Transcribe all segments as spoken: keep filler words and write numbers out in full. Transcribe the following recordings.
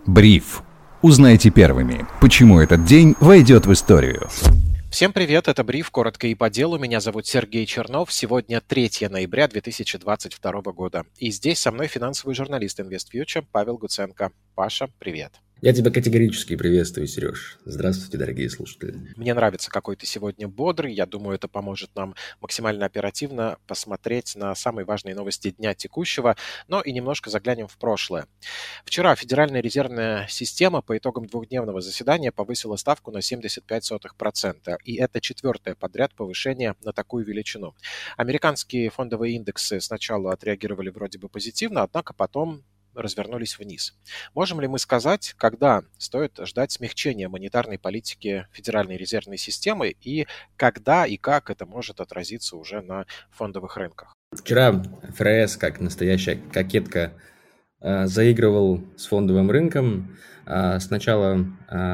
Бриф. Узнайте первыми, почему этот день войдет в историю. Всем привет, это Бриф, коротко и по делу. Меня зовут Сергей Чернов. Сегодня третьего ноября две тысячи двадцать второго года. И здесь со мной финансовый журналист InvestFuture Павел Гуценко. Паша, привет. Я тебя категорически приветствую, Сереж. Здравствуйте, дорогие слушатели. Мне нравится, какой ты сегодня бодрый. Я думаю, это поможет нам максимально оперативно посмотреть на самые важные новости дня текущего, но и немножко заглянем в прошлое. Вчера Федеральная резервная система по итогам двухдневного заседания повысила ставку на семьдесят пять сотых процента, и это четвертое подряд повышение на такую величину. Американские фондовые индексы сначала отреагировали вроде бы позитивно, однако потом развернулись вниз. Можем ли мы сказать, когда стоит ждать смягчения монетарной политики Федеральной резервной системы и когда и как это может отразиться уже на фондовых рынках? Вчера ФРС, как настоящая кокетка, заигрывал с фондовым рынком. Сначала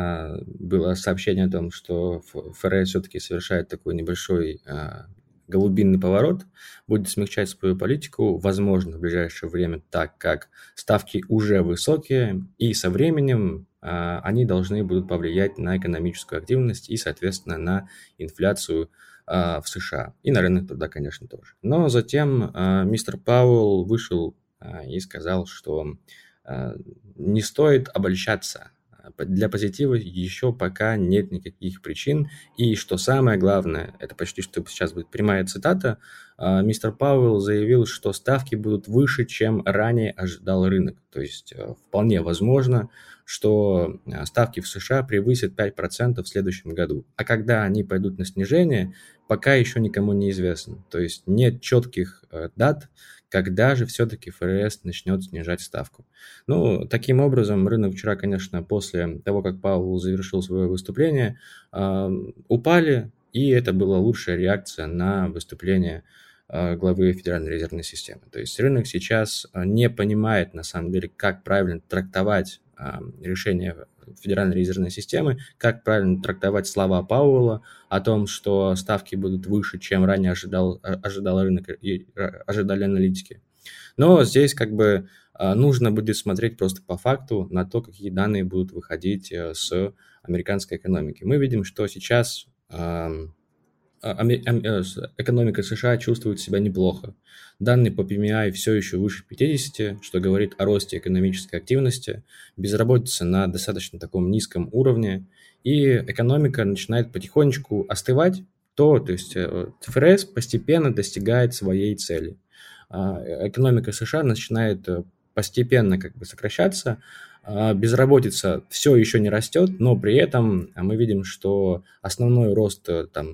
было сообщение о том, что ФРС все-таки совершает такой небольшой голубинный поворот, будет смягчать свою политику, возможно, в ближайшее время, так как ставки уже высокие, и со временем а, они должны будут повлиять на экономическую активность и, соответственно, на инфляцию а, в США. И на рынок труда, конечно, тоже. Но затем а, мистер Пауэлл вышел а, и сказал, что а, не стоит обольщаться. Для позитива еще пока нет никаких причин. И что самое главное, это почти что сейчас будет прямая цитата, мистер Пауэлл заявил, что ставки будут выше, чем ранее ожидал рынок. То есть вполне возможно, что ставки в США превысят пять процентов в следующем году. А когда они пойдут на снижение, пока еще никому не известно. То есть нет четких дат, когда же все-таки ФРС начнет снижать ставку. Ну, таким образом, рынок вчера, конечно, после того, как Пауэлл завершил свое выступление, э, упали, и это была лучшая реакция на выступление э, главы Федеральной резервной системы. То есть рынок сейчас не понимает, на самом деле, как правильно трактовать э, решение Федеральной резервной системы, как правильно трактовать слова Пауэлла о том, что ставки будут выше, чем ранее ожидал, ожидал рынок и ожидали аналитики. Но здесь как бы нужно будет смотреть просто по факту на то, какие данные будут выходить с американской экономики. Мы видим, что сейчас экономика США чувствует себя неплохо. Данные по пи эм ай все еще выше пятидесяти, что говорит о росте экономической активности, безработица на достаточно таком низком уровне, и экономика начинает потихонечку остывать, то, то есть ФРС постепенно достигает своей цели. Экономика США начинает постепенно как бы сокращаться, безработица все еще не растет, но при этом мы видим, что основной рост там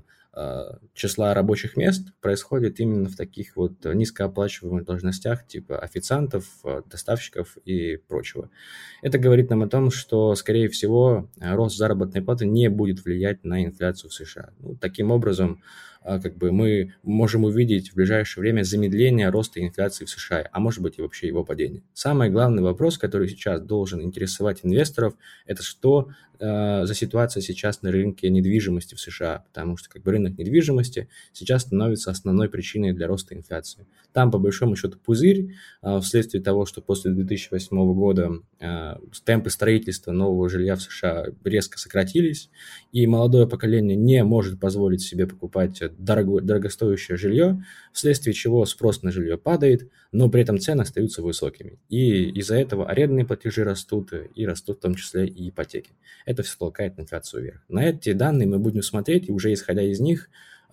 числа рабочих мест происходит именно в таких вот низкооплачиваемых должностях типа официантов, доставщиков и прочего. Это говорит нам о том, что, скорее всего, рост заработной платы не будет влиять на инфляцию в США. Ну, таким образом, как бы мы можем увидеть в ближайшее время замедление роста инфляции в США, а может быть и вообще его падение. Самый главный вопрос, который сейчас должен интересовать инвесторов, это что э, за ситуация сейчас на рынке недвижимости в США, потому что как бы рынок недвижимости сейчас становится основной причиной для роста инфляции. Там по большому счету пузырь э, вследствие того, что после две тысячи восьмого года э, темпы строительства нового жилья в США резко сократились, и молодое поколение не может позволить себе покупать дорого, дорогостоящее жилье, вследствие чего спрос на жилье падает, но при этом цены остаются высокими. И из-за этого арендные платежи растут, и растут в том числе и ипотеки. Это все толкает инфляцию вверх. На эти данные мы будем смотреть, и уже исходя из них,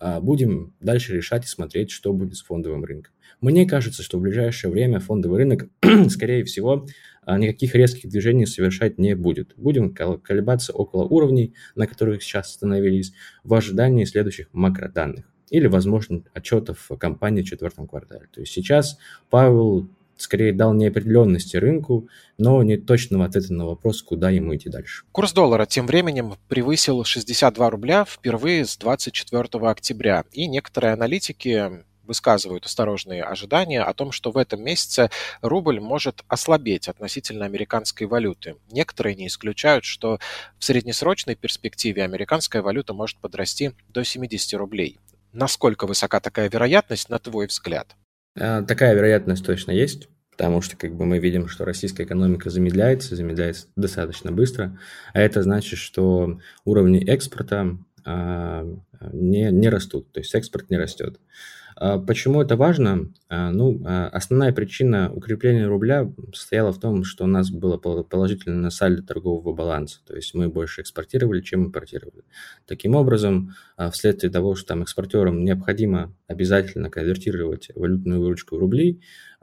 будем дальше решать и смотреть, что будет с фондовым рынком. Мне кажется, что в ближайшее время фондовый рынок, скорее всего, никаких резких движений совершать не будет. Будем колебаться около уровней, на которых сейчас остановились, в ожидании следующих макроданных или, возможно, отчетов компании в четвертом квартале. То есть сейчас Пауэлл скорее дал неопределенности рынку, но не точного ответа на вопрос, куда ему идти дальше. Курс доллара тем временем превысил шестьдесят два рубля впервые с двадцать четвёртого октября, и некоторые аналитики высказывают осторожные ожидания о том, что в этом месяце рубль может ослабеть относительно американской валюты. Некоторые не исключают, что в среднесрочной перспективе американская валюта может подрасти до семидесяти рублей. Насколько высока такая вероятность, на твой взгляд? Такая вероятность точно есть. потому что как бы мы видим, что российская экономика замедляется, замедляется достаточно быстро, а это значит, что уровни экспорта а, не, не растут, то есть экспорт не растет. А Почему это важно? А, Ну, а, основная причина укрепления рубля состояла в том, что у нас было пол- положительное сальдо торгового баланса, то есть мы больше экспортировали, чем импортировали. Таким образом, а, вследствие того, что там экспортерам необходимо обязательно конвертировать валютную выручку в рубли,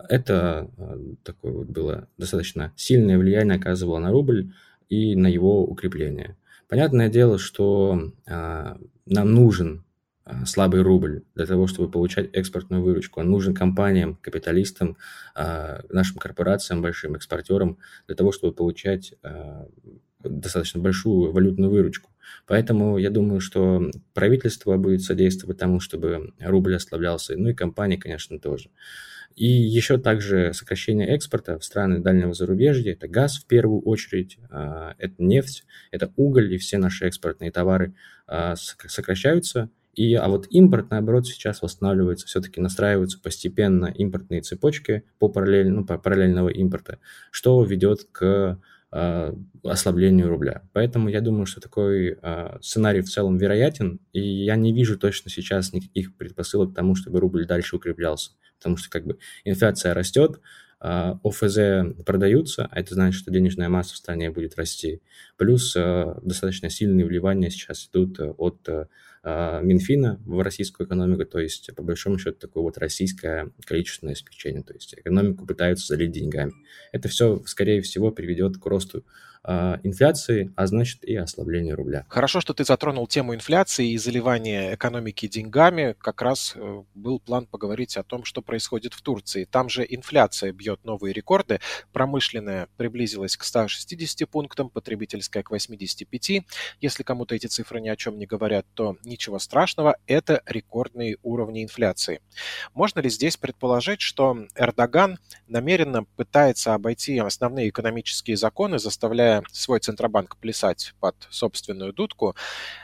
это а, такое вот было достаточно сильное влияние оказывало на рубль и на его укрепление. Понятное дело, что а, нам нужен а, слабый рубль для того, чтобы получать экспортную выручку. Он нужен компаниям, капиталистам, а, нашим корпорациям, большим экспортерам для того, чтобы получать а, достаточно большую валютную выручку. Поэтому я думаю, что правительство будет содействовать тому, чтобы рубль ослаблялся, ну и компании, конечно, тоже. И еще также сокращение экспорта в страны дальнего зарубежья, это газ в первую очередь, а, это нефть, это уголь и все наши экспортные товары а, сок- сокращаются. И, а вот импорт, наоборот, сейчас восстанавливается, все-таки настраиваются постепенно импортные цепочки по, параллель, ну, по параллельного импорта, что ведет к а, ослаблению рубля. Поэтому я думаю, что такой а, сценарий в целом вероятен, и я не вижу точно сейчас никаких предпосылок к тому, чтобы рубль дальше укреплялся, потому что как бы инфляция растет, а, ОФЗ продаются, а это значит, что денежная масса в стране будет расти. Плюс а, достаточно сильные вливания сейчас идут а, от а, Минфина в российскую экономику, то есть по большому счету такое вот российское количественное смягчение, то есть экономику пытаются залить деньгами. Это все, скорее всего, приведет к росту а, инфляции, а значит и ослаблению рубля. Хорошо, что ты затронул тему инфляции и заливания экономики деньгами. Как раз э, был план поговорить о том, что происходит в Турции. Там же инфляция бьет новые рекорды. Промышленная приблизилась к ста шестидесяти пунктам, потребительская к восьмидесяти пяти. Если кому-то эти цифры ни о чем не говорят, то ничего страшного. Это рекордные уровни инфляции. Можно ли здесь предположить, что Эрдоган намеренно пытается обойти основные экономические законы, заставляя свой Центробанк плясать под собственную дудку,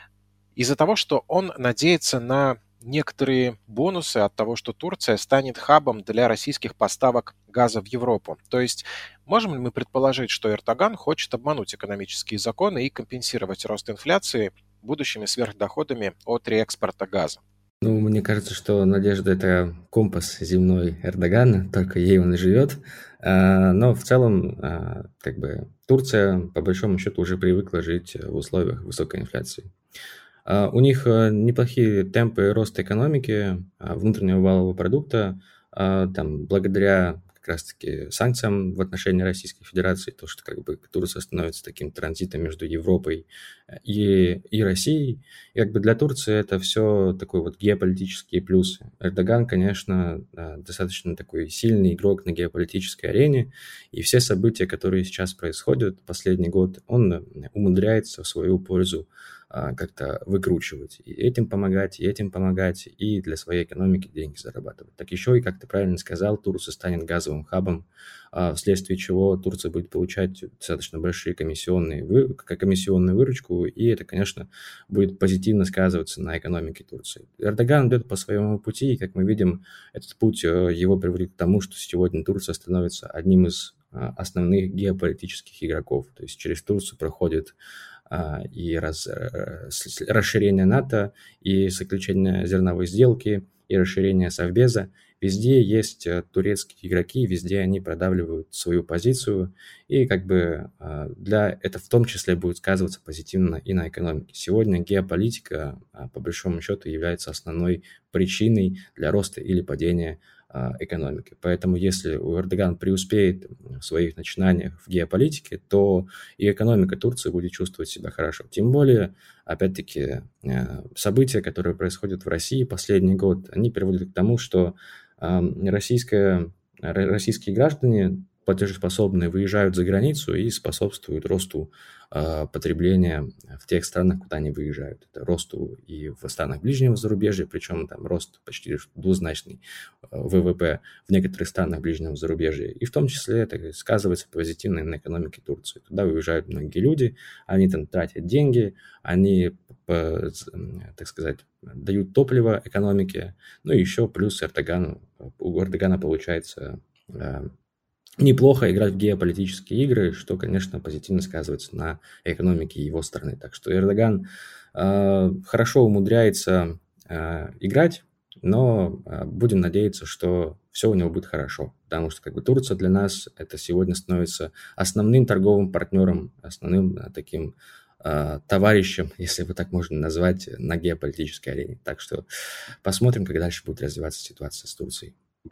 из-за того, что он надеется на некоторые бонусы от того, что Турция станет хабом для российских поставок газа в Европу? То есть можем ли мы предположить, что Эрдоган хочет обмануть экономические законы и компенсировать рост инфляции будущими сверхдоходами от реэкспорта газа? Ну, мне кажется, что надежда – это компас земной Эрдогана, только ей он и живет. А, Но в целом, а, как бы, Турция, по большому счету, уже привыкла жить в условиях высокой инфляции. А, У них а, неплохие темпы роста экономики, а, внутреннего валового продукта, а, там, благодаря как раз-таки санкциям в отношении Российской Федерации, то, что как бы Турция становится таким транзитом между Европой э, и, и Россией. И как бы для Турции это все такой вот геополитические плюсы. Эрдоган, конечно, э, достаточно такой сильный игрок на геополитической арене, и все события, которые сейчас происходят последний год, он э, умудряется в свою пользу а, как-то выкручивать. И этим помогать, и этим помогать, и для своей экономики деньги зарабатывать. Так еще и, как ты правильно сказал, Турция станет газовым хабом, а, вследствие чего Турция будет получать достаточно большие комиссионные, вы- как комиссионную выручку, и это, конечно, будет позитивно сказываться на экономике Турции. Эрдоган идет по своему пути, и, как мы видим, этот путь э, его приводит к тому, что сегодня Турция становится одним из а, основных геополитических игроков. То есть через Турцию проходит а, и раз, э, с- расширение НАТО, и заключение зерновой сделки, и расширение Совбеза. Везде есть э, турецкие игроки, везде они продавливают свою позицию, и как бы а, для это в том числе будет сказываться позитивно и на экономике. Сегодня геополитика, а, по большому счету, является основной причиной для роста или падения а, экономики. Поэтому если у Эрдогана преуспеет в своих начинаниях в геополитике, то и экономика Турции будет чувствовать себя хорошо. Тем более, опять-таки, э, события, которые происходят в России последний год, они приводят к тому, что э, российская, ро- российские граждане платежеспособные выезжают за границу и способствуют росту э, потребления в тех странах, куда они выезжают. Это росту и в странах ближнего зарубежья, причем там рост почти двузначный э, ВВП в некоторых странах ближнего зарубежья. И в том числе это сказывается позитивно на экономике Турции. Туда уезжают многие люди, они там тратят деньги, они, по- так сказать, дают топливо экономике, ну и еще плюс Эрдогану, у Эрдогана получается э, неплохо играть в геополитические игры, что, конечно, позитивно сказывается на экономике его страны. Так что Эрдоган э, хорошо умудряется э, играть, но э, будем надеяться, что все у него будет хорошо, потому что как бы Турция для нас это сегодня становится основным торговым партнером, основным э, таким э, товарищем, если его так можно назвать, на геополитической арене. Так что посмотрим, как дальше будет развиваться ситуация с Турцией.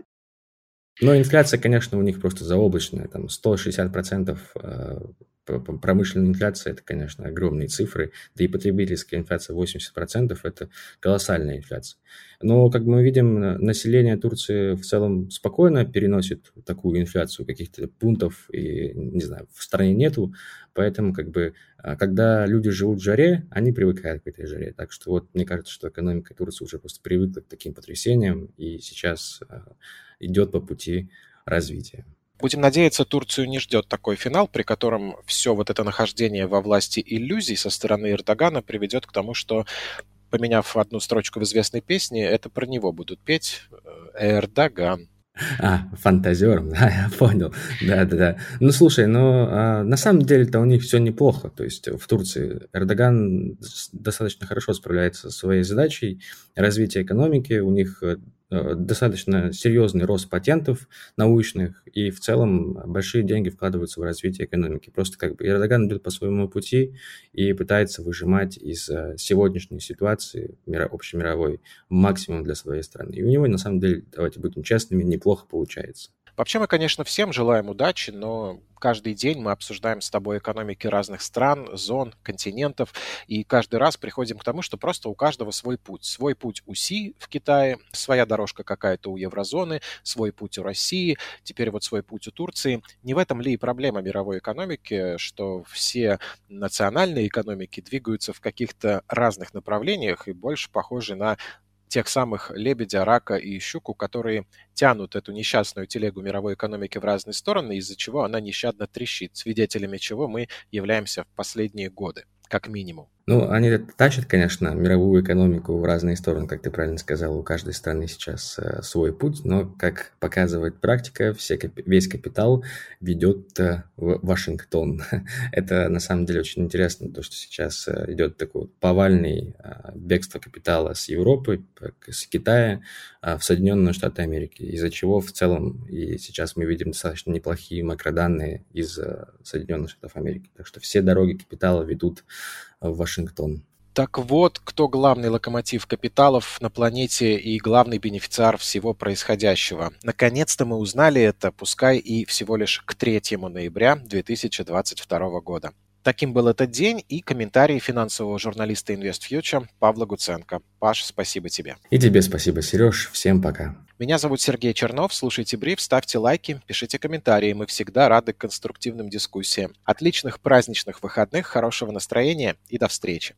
Но инфляция, конечно, у них просто заоблачная, там сто шестьдесят процентов э, п- п- промышленная инфляция, это, конечно, огромные цифры, да и потребительская инфляция восемьдесят процентов, это колоссальная инфляция. Но, как мы видим, на- население Турции в целом спокойно переносит такую инфляцию, каких-то пунктов, и, не знаю, в стране нету, поэтому, как бы, а, когда люди живут в жаре, они привыкают к этой жаре. Так что вот мне кажется, что экономика Турции уже просто привыкла к таким потрясениям, и сейчас а, идет по пути развития. Будем надеяться, Турцию не ждет такой финал, при котором все вот это нахождение во власти иллюзий со стороны Эрдогана приведет к тому, что, поменяв одну строчку в известной песне, это про него будут петь э, Эрдоган. А, фантазером, да, я понял. Да-да-да. Ну, слушай, ну, а, на самом деле-то у них все неплохо. То есть в Турции Эрдоган с- достаточно хорошо справляется со своей задачей развития экономики. У них э, э, достаточно серьезный рост патентов научных, и в целом большие деньги вкладываются в развитие экономики. Просто как бы Эрдоган идет по своему пути и пытается выжимать из э, сегодняшней ситуации мира- общемировой максимум для своей страны. И у него, на самом деле, давайте будем честными, неплохо получается. Вообще мы, конечно, всем желаем удачи, но каждый день мы обсуждаем с тобой экономики разных стран, зон, континентов, и каждый раз приходим к тому, что просто у каждого свой путь. Свой путь у Си в Китае, своя дорожка какая-то у еврозоны, свой путь у России, теперь вот свой путь у Турции. Не в этом ли и проблема мировой экономики, что все национальные экономики двигаются в каких-то разных направлениях и больше похожи на тех самых лебедя, рака и щуку, которые тянут эту несчастную телегу мировой экономики в разные стороны, из-за чего она нещадно трещит, свидетелями чего мы являемся в последние годы, как минимум. Ну, они тащат, конечно, мировую экономику в разные стороны, как ты правильно сказал, у каждой страны сейчас э, свой путь, но, как показывает практика, все, капи- весь капитал ведет э, в Вашингтон. Это, на самом деле, очень интересно, то, что сейчас э, идет такой вот повальный э, бегство капитала с Европы, п- с Китая э, в Соединенные Штаты Америки, из-за чего в целом и сейчас мы видим достаточно неплохие макроданные из э, Соединенных Штатов Америки. Так что все дороги капитала ведут в Вашингтон. Так вот, кто главный локомотив капиталов на планете и главный бенефициар всего происходящего. Наконец-то мы узнали это, пускай и всего лишь к третьему ноября две тысячи двадцать второго года. Таким был этот день и комментарии финансового журналиста InvestFuture Павла Гуценко. Паш, спасибо тебе. И тебе спасибо, Сереж. Всем пока. Меня зовут Сергей Чернов. Слушайте бриф, ставьте лайки, пишите комментарии. Мы всегда рады конструктивным дискуссиям. Отличных праздничных выходных, хорошего настроения и до встречи.